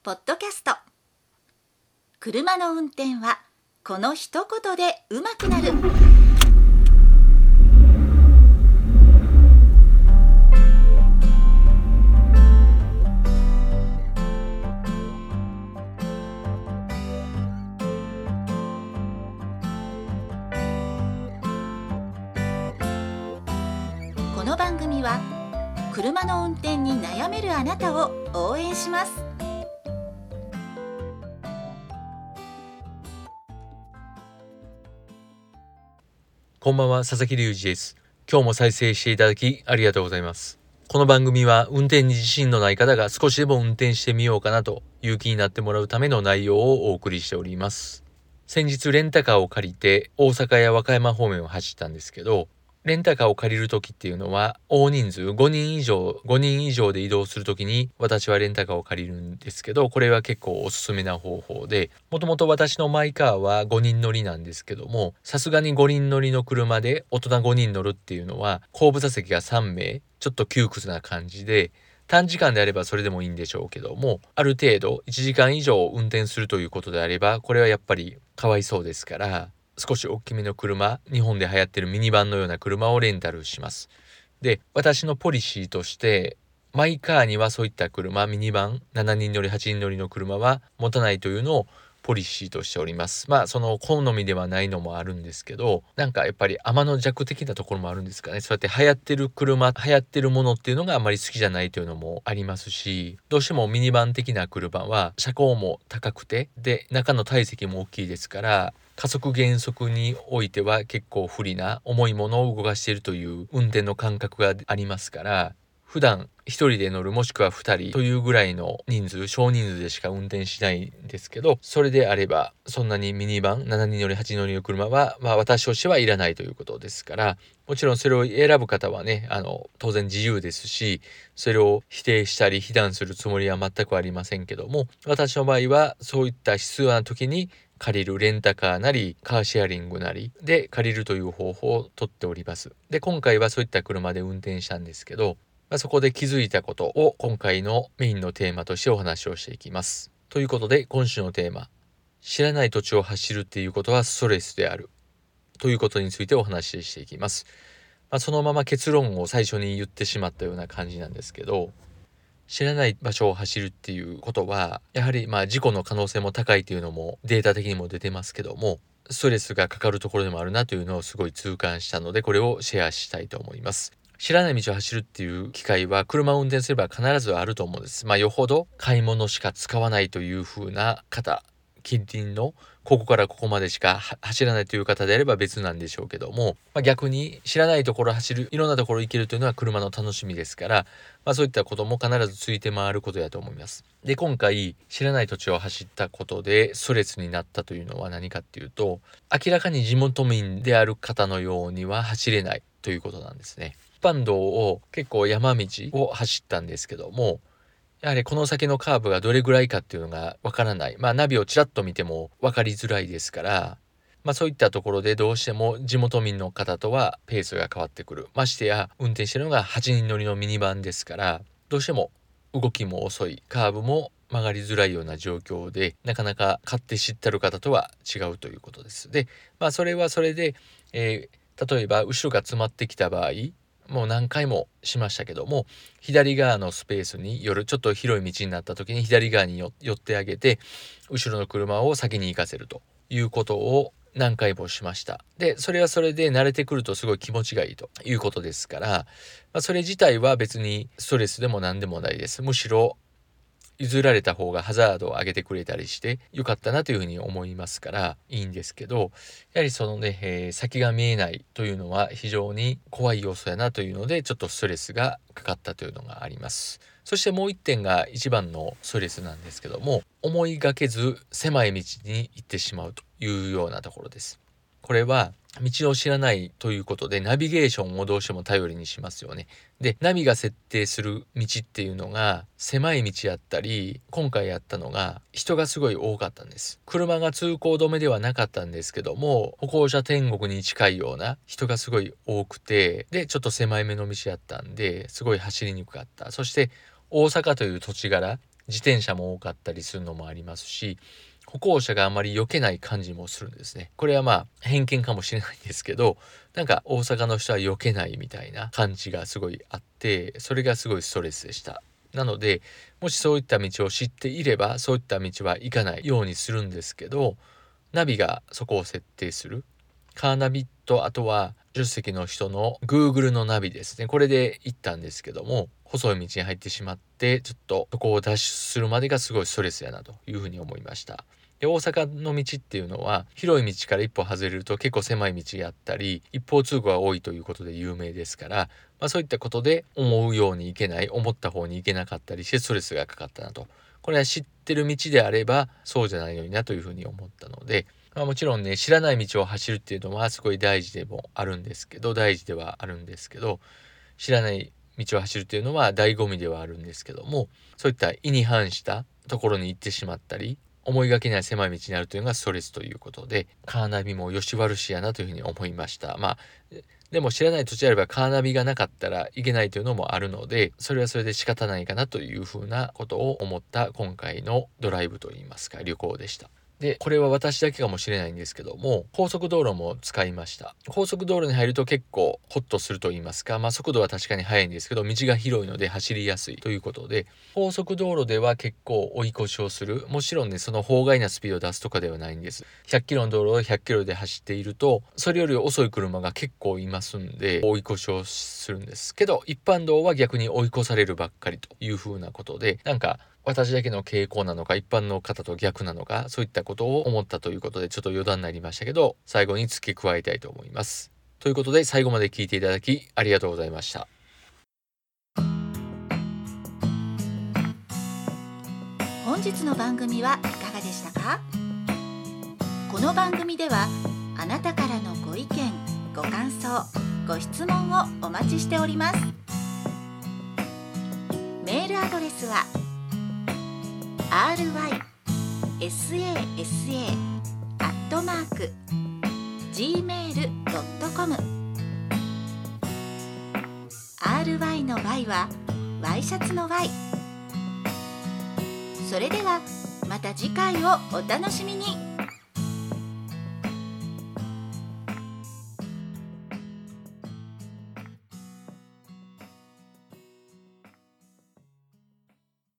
ポッドキャスト。車の運転はこの一言で上手くなる。この番組は車の運転に悩めるあなたを応援します。 こんばんは、佐々木隆二です。今日も再生していただきありがとうございます。この番組は運転に自信のない方が少しでも運転してみようかなという気になってもらうための内容をお送りしております。先日レンタカーを借りて大阪や和歌山方面を走ったんですけど、レンタカーを借りる時っていうのは大人数5人以上で移動する時に私はレンタカーを借りるんですけど、これは結構おすすめな方法で、もともと私のマイカーは5人乗りなんですけども、さすがに5人乗りの車で大人5人乗るっていうのは後部座席が3名、ちょっと窮屈な感じで、短時間であればそれでもいいんでしょうけども、ある程度1時間以上運転するということであれば、これはやっぱりかわいそうですから、少し大きめの車、日本で流行ってるミニバンのような車をレンタルします。で、私のポリシーとしてマイカーにはそういった車、ミニバン、7人乗り8人乗りの車は持たないというのをポリシーとしております。その好みではないのもあるんですけど、なんかやっぱり天の弱的なところもあるんですかね。そうやって流行ってる車、流行ってるものっていうのがあまり好きじゃないというのもありますし、どうしてもミニバン的な車は車高も高くて、で中の体積も大きいですから、加速減速においては結構不利な重いものを動かしているという運転の感覚がありますから、普段1人で乗るもしくは2人というぐらいの人数、少人数でしか運転しないんですけど、それであればそんなにミニバン7人乗り8人乗りの車は私としてはいらないということですから、もちろんそれを選ぶ方はね、当然自由ですし、それを否定したり非難するつもりは全くありませんけども、私の場合はそういった必要な時に借りるレンタカーなりカーシェアリングなりで借りるという方法をとっております。で、今回はそういった車で運転したんですけど、そこで気づいたことを今回のメインのテーマとしてお話をしていきます。ということで今週のテーマ、知らない土地を走るっていうことはストレスであるということについてお話ししていきます。そのまま結論を最初に言ってしまったような感じなんですけど、知らない場所を走るっていうことはやはり事故の可能性も高いというのもデータ的にも出てますけども、ストレスがかかるところでもあるなというのをすごい痛感したので、これをシェアしたいと思います。知らない道を走るっていう機会は車を運転すれば必ずあると思うんです。よほど買い物しか使わないという風な方、近隣のここからここまでしか走らないという方であれば別なんでしょうけども、逆に知らないところ走る、いろんなところ行けるというのは車の楽しみですから、そういったことも必ずついて回ることやと思います。で、今回知らない土地を走ったことでストレスになったというのは何かっていうと、明らかに地元民である方のようには走れないということなんですね。一般道を結構山道を走ったんですけども、やはりこの先のカーブがどれぐらいかっていうのがわからない。ナビをちらっと見ても分かりづらいですから、そういったところでどうしても地元民の方とはペースが変わってくる。ましてや運転してるのが8人乗りのミニバンですから、どうしても動きも遅い、カーブも曲がりづらいような状況で、なかなか買って知ってる方とは違うということです。で、それはそれで、例えば後ろが詰まってきた場合、もう何回もしましたけども、左側のスペースに寄る、ちょっと広い道になった時に左側に寄ってあげて、後ろの車を先に行かせるということを何回もしました。で、それはそれで慣れてくるとすごい気持ちがいいということですから、それ自体は別にストレスでも何でもないです。むしろ譲られた方がハザードを上げてくれたりしてよかったなというふうに思いますからいいんですけど、やはりそのね、先が見えないというのは非常に怖い要素やなというので、ちょっとストレスがかかったというのがあります。そしてもう一点が一番のストレスなんですけども、思いがけず狭い道に行ってしまうというようなところです。これは道を知らないということでナビゲーションをどうしても頼りにしますよね。で、ナビが設定する道っていうのが狭い道やったり、今回やったのが人がすごい多かったんです。車が通行止めではなかったんですけども、歩行者天国に近いような人がすごい多くて、でちょっと狭い目の道やったんですごい走りにくかった。そして大阪という土地柄、 自転車も多かったりするのもありますし、歩行者があまり避けない感じもするんですね。これはまあ偏見かもしれないんですけど、なんか大阪の人は避けないみたいな感じがすごいあって、それがすごいストレスでした。なので、もしそういった道を知っていれば、そういった道は行かないようにするんですけど、ナビがそこを設定する。カーナビと、あとは助手席の人の Google のナビですね。これで行ったんですけども、細い道に入ってしまって、ちょっとそこを脱出するまでがすごいストレスやなというふうに思いました。で、大阪の道っていうのは、広い道から一歩外れると結構狭い道があったり、一方通行が多いということで有名ですから、そういったことで思うように行けない、思った方に行けなかったりしてストレスがかかったなと。これは知ってる道であればそうじゃないのになというふうに思ったので、もちろんね、知らない道を走るっていうのはすごい大事ではあるんですけど、知らない道を走るっていうのは醍醐味ではあるんですけども、そういった意に反したところに行ってしまったり、思いがけない狭い道になるというのがストレスということで、カーナビもよし悪しやなというふうに思いました。でも知らない土地であればカーナビがなかったらいけないというのもあるので、それはそれで仕方ないかなというふうなことを思った今回のドライブといいますか旅行でした。で、これは私だけかもしれないんですけども、高速道路も使いました。高速道路に入ると結構ホッとすると言いますか、速度は確かに速いんですけど、道が広いので走りやすいということで、高速道路では結構追い越しをする。もちろんね、その法外なスピードを出すとかではないんです。100キロの道路を100キロで走っていると、それより遅い車が結構いますんで、追い越しをするんですけど、一般道は逆に追い越されるばっかりという風なことで、なんか私だけの傾向なのか一般の方と逆なのか、そういったことを思ったということでちょっと余談になりましたけど、最後に付け加えたいと思います。ということで最後まで聞いていただきありがとうございました。 本日の番組はいかがでしたか？この番組ではあなたからのご意見、ご感想、ご質問をお待ちしております。メールアドレスはrysa@gmail.com。 RY の Y はワイシャツの Y。 それではまた次回をお楽しみに。